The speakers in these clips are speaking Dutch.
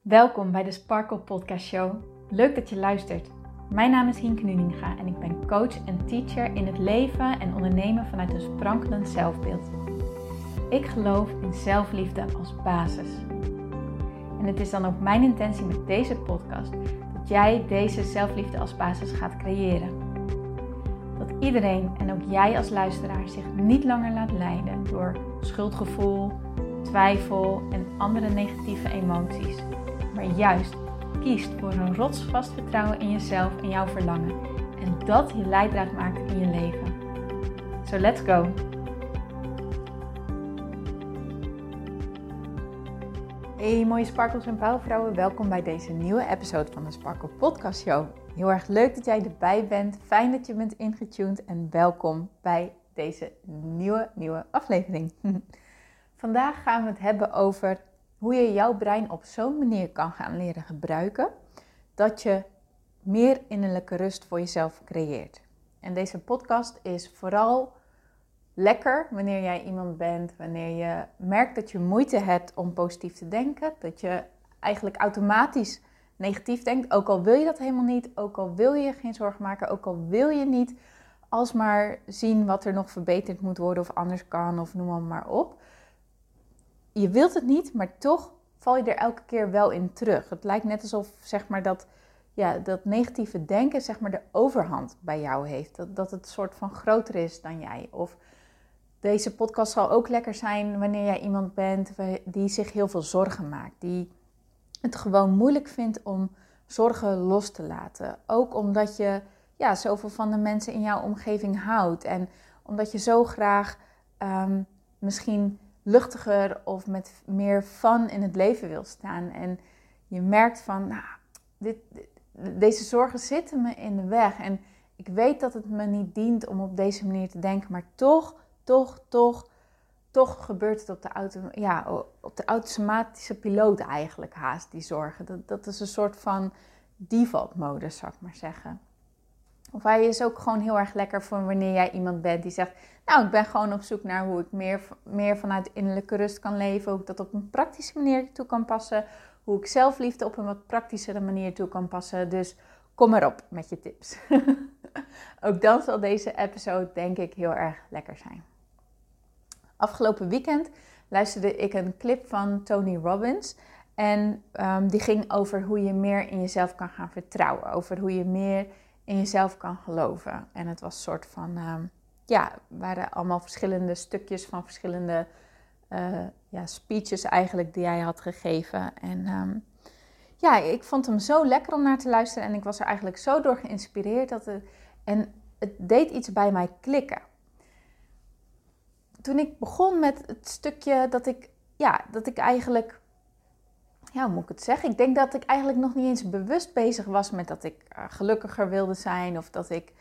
Welkom bij de Sparkle Podcast Show. Leuk dat je luistert. Mijn naam is Hienke Nuninga en ik ben coach en teacher in het leven en ondernemen vanuit een sprankelend zelfbeeld. Ik geloof in zelfliefde als basis. En het is dan ook mijn intentie met deze podcast dat jij deze zelfliefde als basis gaat creëren. Dat iedereen en ook jij als luisteraar zich niet langer laat leiden door schuldgevoel, twijfel en andere negatieve emoties. Maar juist kiest voor een rotsvast vertrouwen in jezelf en jouw verlangen. En dat je leidraad maakt in je leven. So let's go! Hey mooie sparkels en powervrouwen, welkom bij deze nieuwe episode van de Sparkle Podcast Show. Heel erg leuk dat jij erbij bent, fijn dat je bent ingetuned en welkom bij deze nieuwe aflevering. Vandaag gaan we het hebben over hoe je jouw brein op zo'n manier kan gaan leren gebruiken dat je meer innerlijke rust voor jezelf creëert. En deze podcast is vooral lekker wanneer jij iemand bent, wanneer je merkt dat je moeite hebt om positief te denken, dat je eigenlijk automatisch negatief denkt, ook al wil je dat helemaal niet, ook al wil je geen zorgen maken, ook al wil je niet alsmaar zien wat er nog verbeterd moet worden of anders kan of noem maar op. Je wilt het niet, maar toch val je er elke keer wel in terug. Het lijkt net alsof zeg maar, dat negatieve denken zeg maar, de overhand bij jou heeft. Dat het een soort van groter is dan jij. Of deze podcast zal ook lekker zijn wanneer jij iemand bent die zich heel veel zorgen maakt. Die het gewoon moeilijk vindt om zorgen los te laten. Ook omdat je zoveel van de mensen in jouw omgeving houdt. En omdat je zo graag misschien luchtiger of met meer fun in het leven wil staan. En je merkt van, deze zorgen zitten me in de weg. En ik weet dat het me niet dient om op deze manier te denken. Maar toch gebeurt het op de automatische piloot eigenlijk haast, die zorgen. Dat is een soort van default modus, zou ik maar zeggen. Of hij is ook gewoon heel erg lekker voor wanneer jij iemand bent die zegt, ik ben gewoon op zoek naar hoe ik meer vanuit innerlijke rust kan leven. Hoe ik dat op een praktische manier toe kan passen. Hoe ik zelfliefde op een wat praktischere manier toe kan passen. Dus kom maar op met je tips. Ook dan zal deze episode denk ik heel erg lekker zijn. Afgelopen weekend luisterde ik een clip van Tony Robbins. En die ging over hoe je meer in jezelf kan gaan vertrouwen. Over hoe je meer in jezelf kan geloven. En het was een soort van, waren allemaal verschillende stukjes van verschillende speeches eigenlijk die hij had gegeven. En ik vond hem zo lekker om naar te luisteren en ik was er eigenlijk zo door geïnspireerd en het deed iets bij mij klikken. Toen ik begon met het stukje dat ik eigenlijk, hoe moet ik het zeggen? Ik denk dat ik eigenlijk nog niet eens bewust bezig was met dat ik gelukkiger wilde zijn of dat ik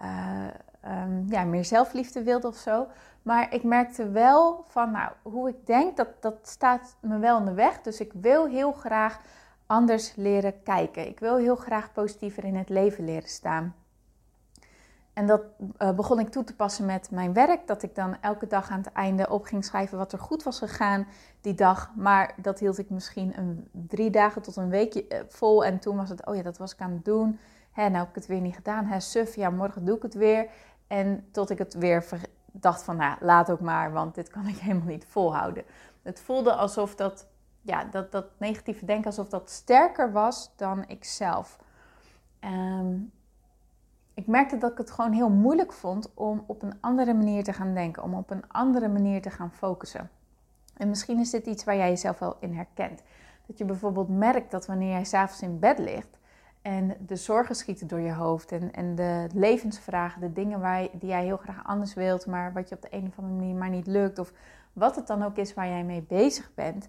meer zelfliefde wilde of zo. Maar ik merkte wel van, hoe ik denk, dat staat me wel in de weg. Dus ik wil heel graag anders leren kijken. Ik wil heel graag positiever in het leven leren staan. En dat begon ik toe te passen met mijn werk. Dat ik dan elke dag aan het einde op ging schrijven wat er goed was gegaan die dag. Maar dat hield ik misschien 3 dagen tot een weekje vol. En toen was het, dat was ik aan het doen. Nou heb ik het weer niet gedaan. Suf, morgen doe ik het weer. En tot ik het weer dacht van, laat ook maar. Want dit kan ik helemaal niet volhouden. Het voelde alsof dat negatieve denken, alsof dat sterker was dan ikzelf. Ik merkte dat ik het gewoon heel moeilijk vond om op een andere manier te gaan denken. Om op een andere manier te gaan focussen. En misschien is dit iets waar jij jezelf wel in herkent. Dat je bijvoorbeeld merkt dat wanneer jij 's avonds in bed ligt en de zorgen schieten door je hoofd en de levensvragen, de dingen die jij heel graag anders wilt, maar wat je op de een of andere manier maar niet lukt, of wat het dan ook is waar jij mee bezig bent.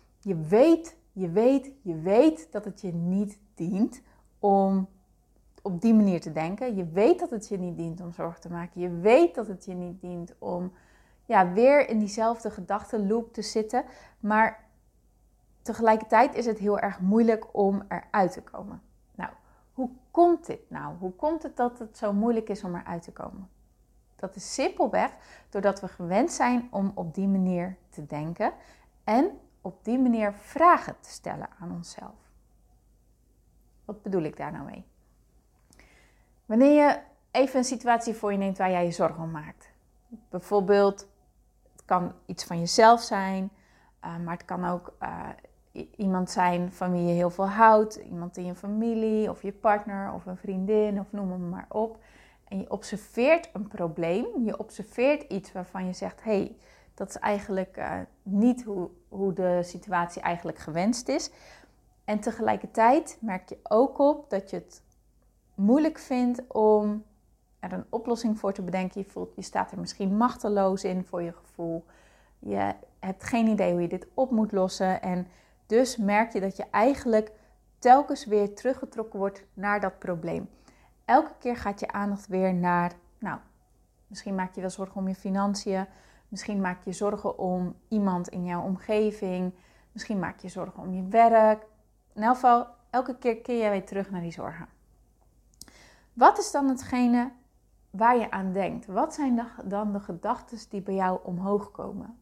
Je weet dat het je niet dient om op die manier te denken. Je weet dat het je niet dient om zorgen te maken. Je weet dat het je niet dient om weer in diezelfde gedachtenloop te zitten. Maar tegelijkertijd is het heel erg moeilijk om eruit te komen. Hoe komt dit nou? Hoe komt het dat het zo moeilijk is om eruit te komen? Dat is simpelweg doordat we gewend zijn om op die manier te denken. En op die manier vragen te stellen aan onszelf. Wat bedoel ik daar nou mee? Wanneer je even een situatie voor je neemt waar jij je zorgen om maakt. Bijvoorbeeld, het kan iets van jezelf zijn, maar het kan ook iemand zijn van wie je heel veel houdt. Iemand in je familie of je partner of een vriendin of noem hem maar op. En je observeert een probleem, je observeert iets waarvan je zegt, hey, dat is eigenlijk niet hoe de situatie eigenlijk gewenst is. En tegelijkertijd merk je ook op dat je het moeilijk vindt om er een oplossing voor te bedenken. Je staat er misschien machteloos in voor je gevoel. Je hebt geen idee hoe je dit op moet lossen. En dus merk je dat je eigenlijk telkens weer teruggetrokken wordt naar dat probleem. Elke keer gaat je aandacht weer naar, misschien maak je wel zorgen om je financiën. Misschien maak je zorgen om iemand in jouw omgeving. Misschien maak je zorgen om je werk. In elk geval, elke keer keer jij weer terug naar die zorgen. Wat is dan hetgene waar je aan denkt? Wat zijn dan de gedachten die bij jou omhoog komen?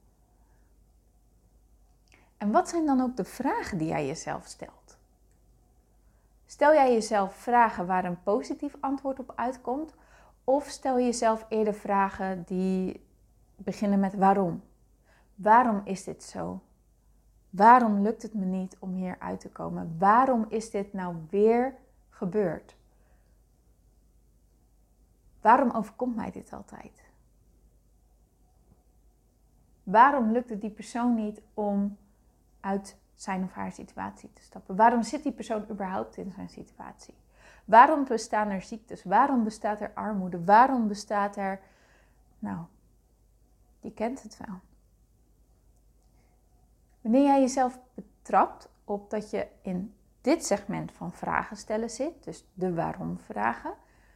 En wat zijn dan ook de vragen die jij jezelf stelt? Stel jij jezelf vragen waar een positief antwoord op uitkomt? Of stel je jezelf eerder vragen die beginnen met waarom? Waarom is dit zo? Waarom lukt het me niet om hier uit te komen? Waarom is dit nou weer gebeurd? Waarom overkomt mij dit altijd? Waarom lukt het die persoon niet om uit zijn of haar situatie te stappen? Waarom zit die persoon überhaupt in zijn situatie? Waarom bestaan er ziektes? Waarom bestaat er armoede? Waarom bestaat er... je kent het wel. Wanneer jij jezelf betrapt op dat je in dit segment van vragen stellen zit, dus de waarom vragen,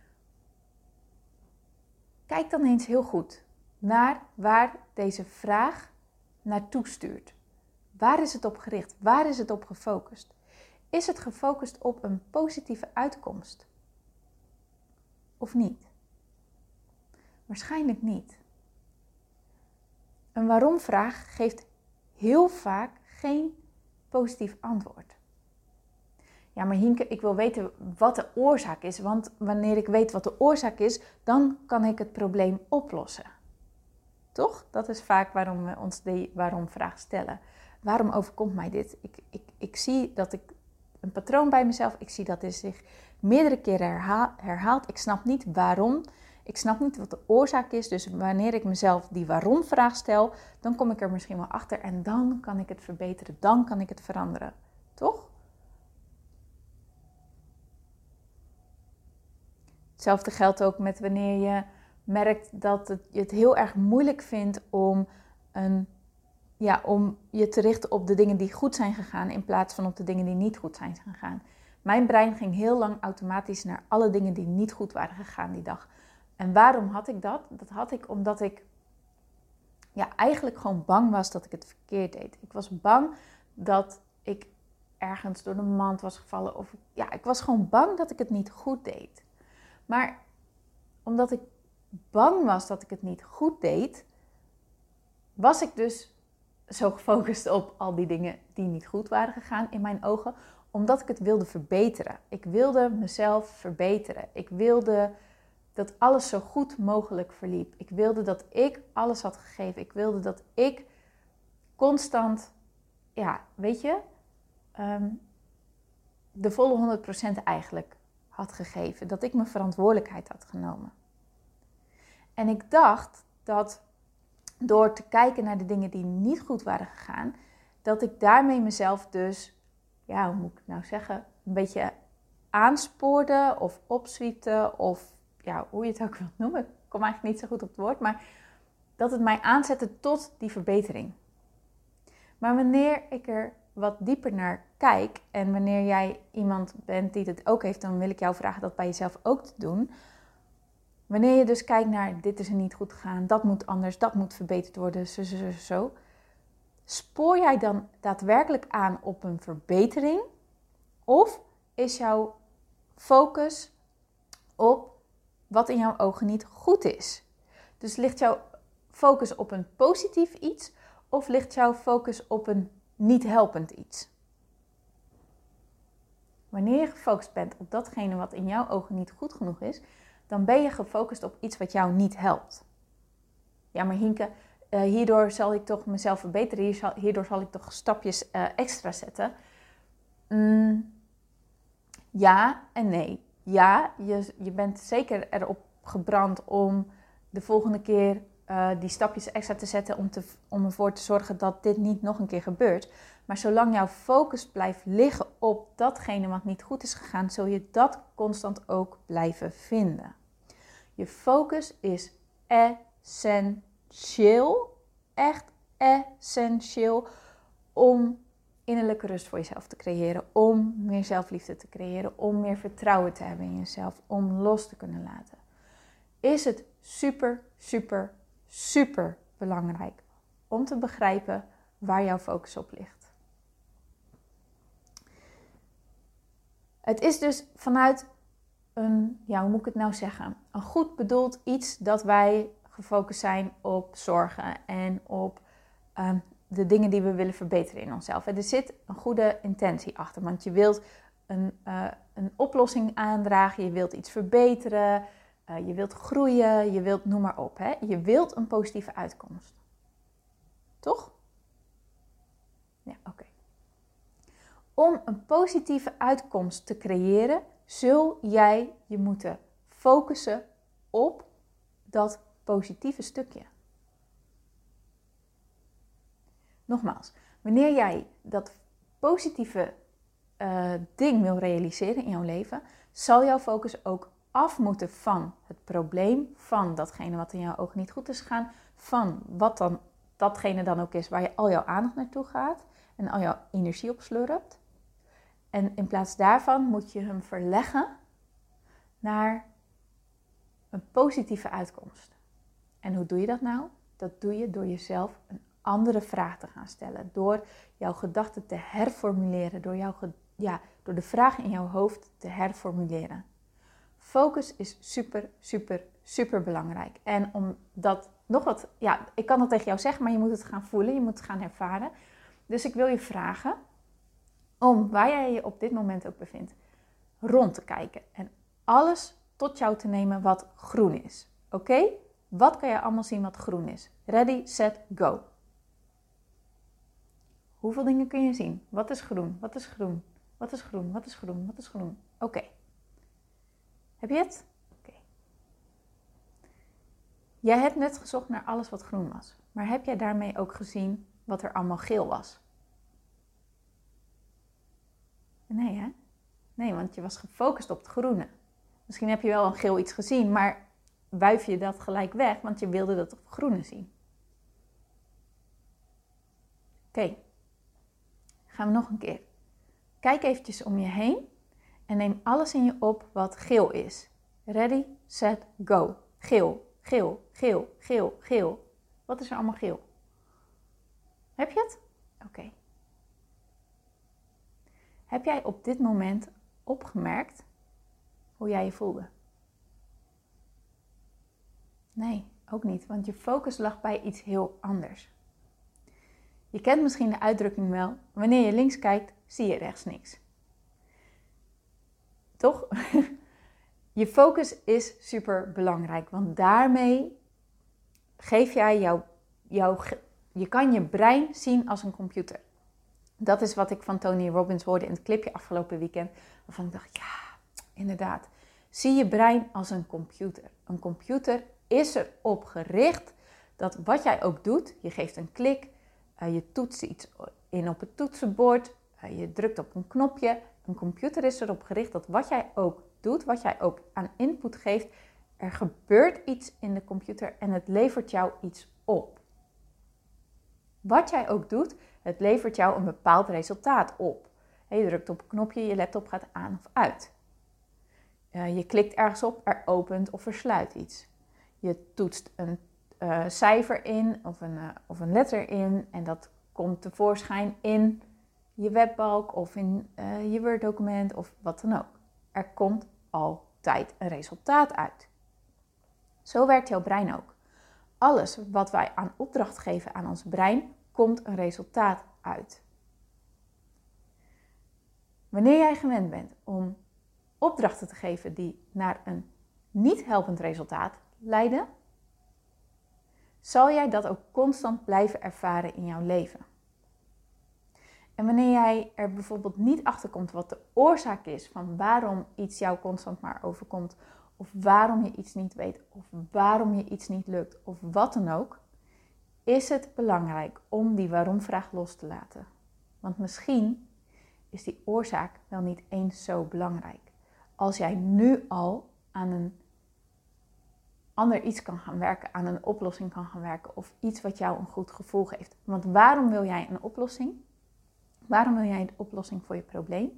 kijk dan eens heel goed naar waar deze vraag naartoe stuurt. Waar is het op gericht? Waar is het op gefocust? Is het gefocust op een positieve uitkomst? Of niet? Waarschijnlijk niet. Een waarom-vraag geeft heel vaak geen positief antwoord. Ja, maar Hienke, ik wil weten wat de oorzaak is. Want wanneer ik weet wat de oorzaak is, dan kan ik het probleem oplossen. Toch? Dat is vaak waarom we ons die waarom-vraag stellen. Waarom overkomt mij dit? Ik zie dat ik een patroon bij mezelf, ik zie dat het zich meerdere keren herhaalt. Ik snap niet waarom. Ik snap niet wat de oorzaak is. Dus wanneer ik mezelf die waarom-vraag stel, dan kom ik er misschien wel achter. En dan kan ik het verbeteren. Dan kan ik het veranderen. Toch? Hetzelfde geldt ook met wanneer je merkt dat je het heel erg moeilijk vindt om je te richten op de dingen die goed zijn gegaan in plaats van op de dingen die niet goed zijn gegaan. Mijn brein ging heel lang automatisch naar alle dingen die niet goed waren gegaan die dag. En waarom had ik dat? Dat had ik omdat ik eigenlijk gewoon bang was dat ik het verkeerd deed. Ik was bang dat ik ergens door de mand was gevallen. Ik was gewoon bang dat ik het niet goed deed. Maar omdat ik bang was dat ik het niet goed deed, was ik dus zo gefocust op al die dingen die niet goed waren gegaan in mijn ogen, omdat ik het wilde verbeteren. Ik wilde mezelf verbeteren. Ik wilde dat alles zo goed mogelijk verliep. Ik wilde dat ik alles had gegeven. Ik wilde dat ik constant, de volle 100% eigenlijk had gegeven. Dat ik mijn verantwoordelijkheid had genomen. En ik dacht dat door te kijken naar de dingen die niet goed waren gegaan, dat ik daarmee mezelf dus, hoe moet ik het nou zeggen, een beetje aanspoorde of opzwiepte of hoe je het ook wilt noemen. Ik kom eigenlijk niet zo goed op het woord, maar dat het mij aanzette tot die verbetering. Maar wanneer ik er wat dieper naar kijk en wanneer jij iemand bent die het ook heeft, dan wil ik jou vragen dat bij jezelf ook te doen. Wanneer je dus kijkt naar dit is er niet goed gegaan, dat moet anders, dat moet verbeterd worden, zo. Spoor jij dan daadwerkelijk aan op een verbetering? Of is jouw focus op wat in jouw ogen niet goed is? Dus ligt jouw focus op een positief iets of ligt jouw focus op een niet helpend iets. Wanneer je gefocust bent op datgene wat in jouw ogen niet goed genoeg is, dan ben je gefocust op iets wat jou niet helpt. Ja, maar Hienke, hierdoor zal ik toch mezelf verbeteren, hierdoor zal ik toch stapjes extra zetten. Ja en nee. Ja, je bent zeker erop gebrand om de volgende keer die stapjes extra te zetten om ervoor te zorgen dat dit niet nog een keer gebeurt. Maar zolang jouw focus blijft liggen op datgene wat niet goed is gegaan, zul je dat constant ook blijven vinden. Je focus is essentieel, echt essentieel om innerlijke rust voor jezelf te creëren, om meer zelfliefde te creëren, om meer vertrouwen te hebben in jezelf, om los te kunnen laten. Is het super, super, super belangrijk om te begrijpen waar jouw focus op ligt. Het is dus vanuit hoe moet ik het nou zeggen? Een goed bedoeld iets dat wij gefocust zijn op zorgen en op de dingen die we willen verbeteren in onszelf. Er zit een goede intentie achter, want je wilt een oplossing aandragen, je wilt iets verbeteren, je wilt groeien, je wilt noem maar op. Hè? Je wilt een positieve uitkomst. Toch? Ja, oké. Om een positieve uitkomst te creëren, zul jij je moeten focussen op dat positieve stukje. Nogmaals, wanneer jij dat positieve ding wil realiseren in jouw leven, zal jouw focus ook af moeten van het probleem, van datgene wat in jouw ogen niet goed is gegaan, van wat dan datgene dan ook is waar je al jouw aandacht naartoe gaat en al jouw energie op slurpt. En in plaats daarvan moet je hem verleggen naar een positieve uitkomst. En hoe doe je dat nou? Dat doe je door jezelf een andere vraag te gaan stellen. Door jouw gedachten te herformuleren. Door de vragen in jouw hoofd te herformuleren. Focus is super, super, super belangrijk. En omdat nog wat, ik kan het tegen jou zeggen, maar je moet het gaan voelen. Je moet het gaan ervaren. Dus ik wil je vragen om, waar jij je op dit moment ook bevindt, rond te kijken. En alles tot jou te nemen wat groen is. Oké? Wat kan je allemaal zien wat groen is? Ready, set, go. Hoeveel dingen kun je zien? Wat is groen? Wat is groen? Wat is groen? Wat is groen? Wat is groen? Oké. Heb je het? Oké. Jij hebt net gezocht naar alles wat groen was. Maar heb jij daarmee ook gezien wat er allemaal geel was? Nee, hè? Nee, want je was gefocust op het groene. Misschien heb je wel een geel iets gezien, maar wuif je dat gelijk weg, want je wilde dat op het groene zien. Oké. Gaan we nog een keer. Kijk eventjes om je heen en neem alles in je op wat geel is. Ready, set, go. Geel, geel, geel, geel, geel. Wat is er allemaal geel? Heb je het? Oké. Heb jij op dit moment opgemerkt hoe jij je voelde? Nee, ook niet, want je focus lag bij iets heel anders. Je kent misschien de uitdrukking wel, wanneer je links kijkt, zie je rechts niks. Toch? Je focus is super belangrijk, want daarmee geef jij je kan je brein zien als een computer. Dat is wat ik van Tony Robbins hoorde in het clipje afgelopen weekend, waarvan ik dacht, ja, inderdaad. Zie je brein als een computer. Een computer is erop gericht dat wat jij ook doet, je geeft een klik, je toetst iets in op het toetsenbord, je drukt op een knopje. Een computer is erop gericht dat wat jij ook doet, wat jij ook aan input geeft, er gebeurt iets in de computer en het levert jou iets op. Wat jij ook doet, het levert jou een bepaald resultaat op. Je drukt op een knopje, je laptop gaat aan of uit. Je klikt ergens op, er opent of versluit iets. Je toetst een cijfer in of een letter in en dat komt tevoorschijn in je webbalk of in je Word-document of wat dan ook. Er komt altijd een resultaat uit. Zo werkt jouw brein ook. Alles wat wij aan opdracht geven aan ons brein, komt een resultaat uit. Wanneer jij gewend bent om opdrachten te geven die naar een niet helpend resultaat leiden, zal jij dat ook constant blijven ervaren in jouw leven. En wanneer jij er bijvoorbeeld niet achter komt wat de oorzaak is van waarom iets jou constant maar overkomt, of waarom je iets niet weet, of waarom je iets niet lukt, of wat dan ook, is het belangrijk om die waarom-vraag los te laten. Want misschien is die oorzaak wel niet eens zo belangrijk. Als jij nu al aan een ander iets kan gaan werken, aan een oplossing kan gaan werken, of iets wat jou een goed gevoel geeft. Want waarom wil jij een oplossing? Waarom wil jij een oplossing voor je probleem?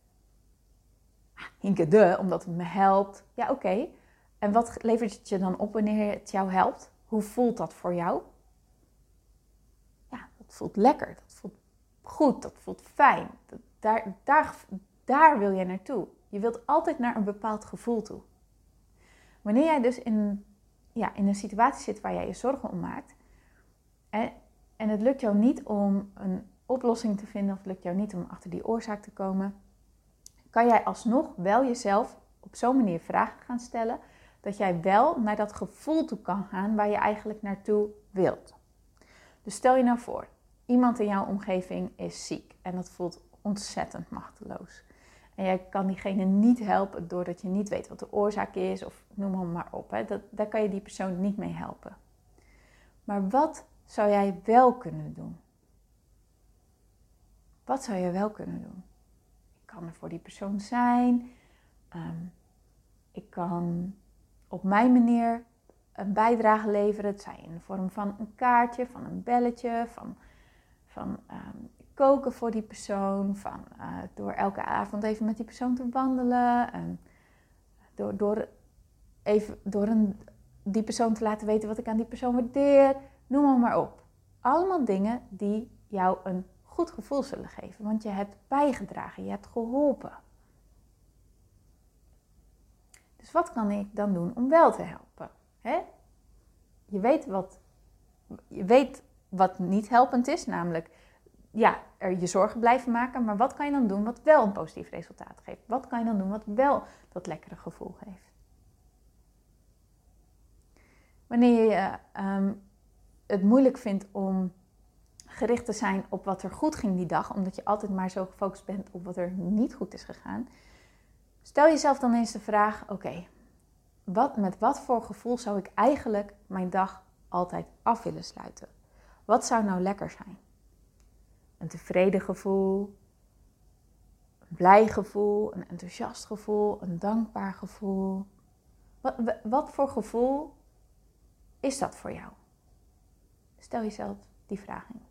Hinkende, omdat het me helpt. Ja, oké. En wat levert het je dan op wanneer het jou helpt? Hoe voelt dat voor jou? Ja, dat voelt lekker. Dat voelt goed. Dat voelt fijn. Daar wil je naartoe. Je wilt altijd naar een bepaald gevoel toe. Wanneer jij dus in een situatie zit waar jij je zorgen om maakt, en het lukt jou niet om een oplossing te vinden, of het lukt jou niet om achter die oorzaak te komen, kan jij alsnog wel jezelf op zo'n manier vragen gaan stellen, dat jij wel naar dat gevoel toe kan gaan waar je eigenlijk naartoe wilt. Dus stel je nou voor, iemand in jouw omgeving is ziek en dat voelt ontzettend machteloos. En jij kan diegene niet helpen doordat je niet weet wat de oorzaak is, of noem maar op. Daar kan je die persoon niet mee helpen. Maar wat zou jij wel kunnen doen? Wat zou je wel kunnen doen? Ik kan er voor die persoon zijn. Ik kan op mijn manier een bijdrage leveren. Het zij in de vorm van een kaartje, van een belletje, van koken voor die persoon. Door elke avond even met die persoon te wandelen. Door die persoon te laten weten wat ik aan die persoon waardeer. Noem maar op. Allemaal dingen die jou een goed gevoel zullen geven. Want je hebt bijgedragen, je hebt geholpen. Dus wat kan ik dan doen om wel te helpen? Je weet wat niet helpend is, namelijk er je zorgen blijven maken. Maar wat kan je dan doen wat wel een positief resultaat geeft? Wat kan je dan doen wat wel dat lekkere gevoel geeft? Wanneer je het moeilijk vindt om gericht te zijn op wat er goed ging die dag, omdat je altijd maar zo gefocust bent op wat er niet goed is gegaan, stel jezelf dan eens de vraag, met wat voor gevoel zou ik eigenlijk mijn dag altijd af willen sluiten? Wat zou nou lekker zijn? Een tevreden gevoel, een blij gevoel, een enthousiast gevoel, een dankbaar gevoel. Wat voor gevoel is dat voor jou? Stel jezelf die vraag eens.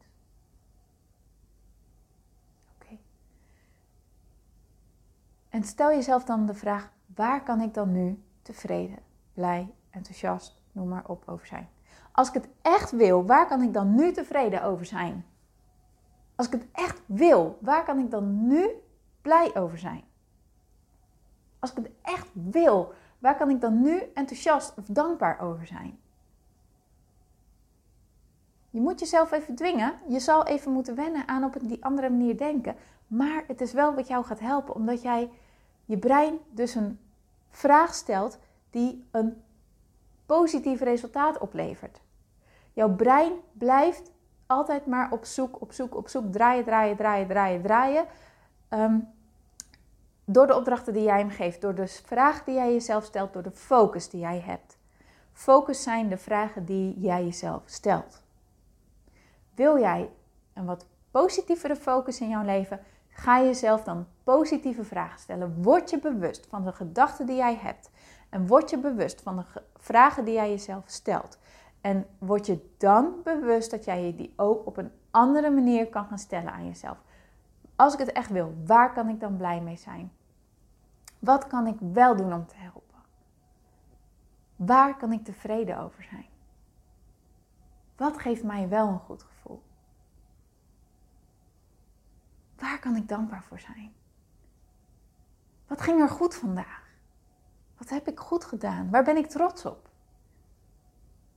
En stel jezelf dan de vraag, waar kan ik dan nu tevreden, blij, enthousiast, noem maar op, over zijn? Als ik het echt wil, waar kan ik dan nu tevreden over zijn? Als ik het echt wil, waar kan ik dan nu blij over zijn? Als ik het echt wil, waar kan ik dan nu enthousiast of dankbaar over zijn? Je moet jezelf even dwingen. Je zal even moeten wennen aan op die andere manier denken. Maar het is wel wat jou gaat helpen, omdat jij je brein dus een vraag stelt die een positief resultaat oplevert. Jouw brein blijft altijd maar op zoek, draaien. Door de opdrachten die jij hem geeft, door de vragen die jij jezelf stelt, door de focus die jij hebt. Focus zijn de vragen die jij jezelf stelt. Wil jij een wat positievere focus in jouw leven, ga jezelf dan positieve vragen stellen. Word je bewust van de gedachten die jij hebt. En word je bewust van de vragen die jij jezelf stelt. En word je dan bewust dat jij je die ook op een andere manier kan gaan stellen aan jezelf. Als ik het echt wil, waar kan ik dan blij mee zijn? Wat kan ik wel doen om te helpen? Waar kan ik tevreden over zijn? Wat geeft mij wel een goed gevoel? Waar kan ik dankbaar voor zijn? Wat ging er goed vandaag? Wat heb ik goed gedaan? Waar ben ik trots op?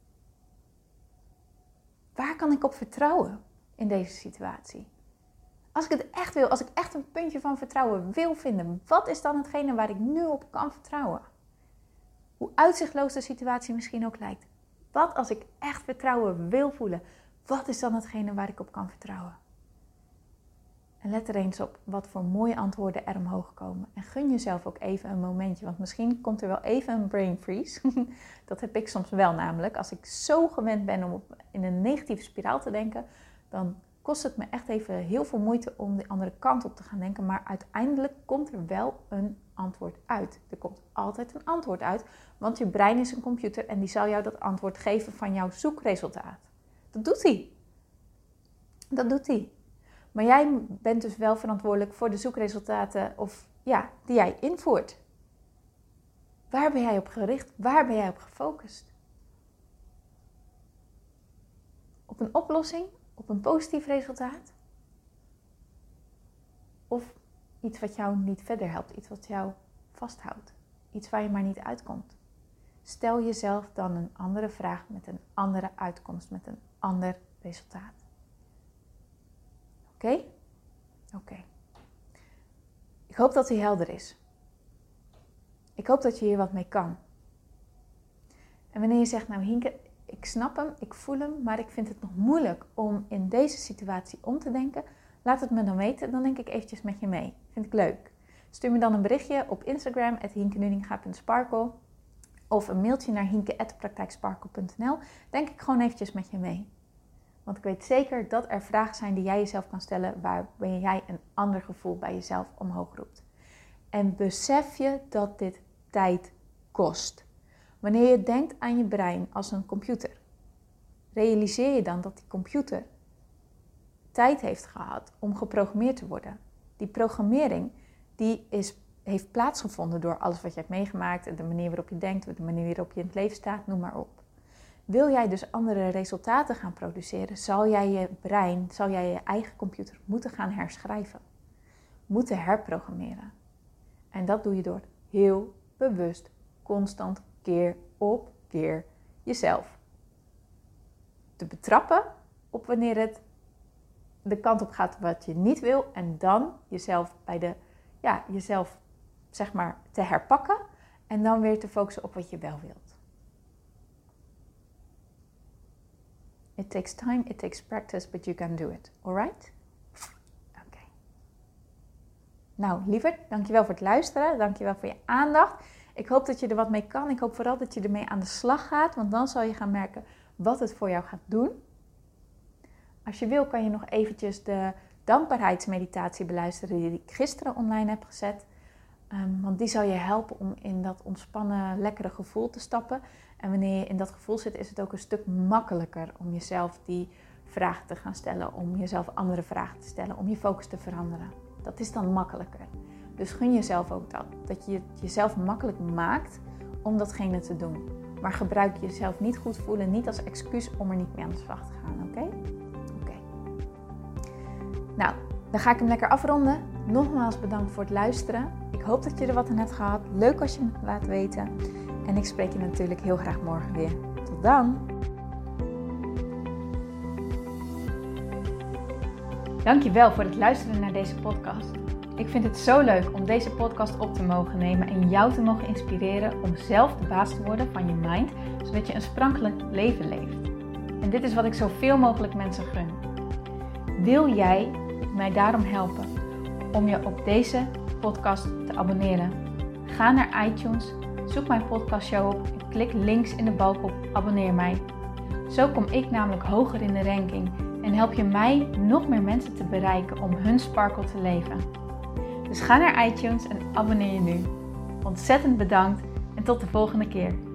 Waar kan ik op vertrouwen in deze situatie? Als ik het echt wil, als ik echt een puntje van vertrouwen wil vinden, wat is dan hetgene waar ik nu op kan vertrouwen? Hoe uitzichtloos de situatie misschien ook lijkt. Wat als ik echt vertrouwen wil voelen? Wat is dan hetgene waar ik op kan vertrouwen? En let er eens op wat voor mooie antwoorden er omhoog komen. En gun jezelf ook even een momentje. Want misschien komt er wel even een brain freeze. Dat heb ik soms wel namelijk. Als ik zo gewend ben om in een negatieve spiraal te denken, dan kost het me echt even heel veel moeite om de andere kant op te gaan denken. Maar uiteindelijk komt er wel een antwoord uit. Er komt altijd een antwoord uit. Want je brein is een computer en die zal jou dat antwoord geven van jouw zoekresultaat. Dat doet hij. Dat doet hij. Maar jij bent dus wel verantwoordelijk voor de zoekresultaten die jij invoert. Waar ben jij op gericht? Waar ben jij op gefocust? Op een oplossing? Op een positief resultaat? Of iets wat jou niet verder helpt? Iets wat jou vasthoudt? Iets waar je maar niet uitkomt? Stel jezelf dan een andere vraag met een andere uitkomst, met een ander resultaat. Oké? Oké. Ik hoop dat hij helder is. Ik hoop dat je hier wat mee kan. En wanneer je zegt, nou Hienke, ik snap hem, ik voel hem, maar ik vind het nog moeilijk om in deze situatie om te denken, laat het me dan weten, dan denk ik eventjes met je mee. Vind ik leuk. Stuur me dan een berichtje op Instagram, @hienkenuninga.sparkle, of een mailtje naar hienke@praktijksparkle.nl. Denk ik gewoon eventjes met je mee. Want ik weet zeker dat er vragen zijn die jij jezelf kan stellen, waarbij jij een ander gevoel bij jezelf omhoog roept. En besef je dat dit tijd kost. Wanneer je denkt aan je brein als een computer, realiseer je dan dat die computer tijd heeft gehad om geprogrammeerd te worden. Die programmering heeft plaatsgevonden door alles wat je hebt meegemaakt, de manier waarop je denkt, de manier waarop je in het leven staat, noem maar op. Wil jij dus andere resultaten gaan produceren, zal jij je eigen computer moeten gaan herschrijven. Moeten herprogrammeren. En dat doe je door heel bewust, constant, keer op keer jezelf te betrappen op wanneer het de kant op gaat wat je niet wil. En dan jezelf te herpakken en dan weer te focussen op wat je wel wilt. It takes time, it takes practice, but you can do it. Alright? Oké. Nou, lieverd, dankjewel voor het luisteren. Dankjewel voor je aandacht. Ik hoop dat je er wat mee kan. Ik hoop vooral dat je ermee aan de slag gaat, want dan zal je gaan merken wat het voor jou gaat doen. Als je wil, kan je nog eventjes de dankbaarheidsmeditatie beluisteren die ik gisteren online heb gezet. Want die zal je helpen om in dat ontspannen, lekkere gevoel te stappen. En wanneer je in dat gevoel zit, is het ook een stuk makkelijker om jezelf die vragen te gaan stellen. Om jezelf andere vragen te stellen, om je focus te veranderen. Dat is dan makkelijker. Dus gun jezelf ook dat. Dat je het jezelf makkelijk maakt om datgene te doen. Maar gebruik jezelf niet goed voelen, niet als excuus om er niet mee aan de slag te gaan. Oké? Nou, dan ga ik hem lekker afronden. Nogmaals bedankt voor het luisteren. Ik hoop dat je er wat aan hebt gehad. Leuk als je me laat weten. En ik spreek je natuurlijk heel graag morgen weer. Tot dan! Dankjewel voor het luisteren naar deze podcast. Ik vind het zo leuk om deze podcast op te mogen nemen en jou te mogen inspireren om zelf de baas te worden van je mind, zodat je een sprankelijk leven leeft. En dit is wat ik zoveel mogelijk mensen gun. Wil jij mij daarom helpen om je op deze podcast te abonneren? Ga naar iTunes, zoek mijn podcastshow op en klik links in de balk op abonneer mij. Zo kom ik namelijk hoger in de ranking en help je mij nog meer mensen te bereiken om hun sparkle te leven. Dus ga naar iTunes en abonneer je nu. Ontzettend bedankt en tot de volgende keer.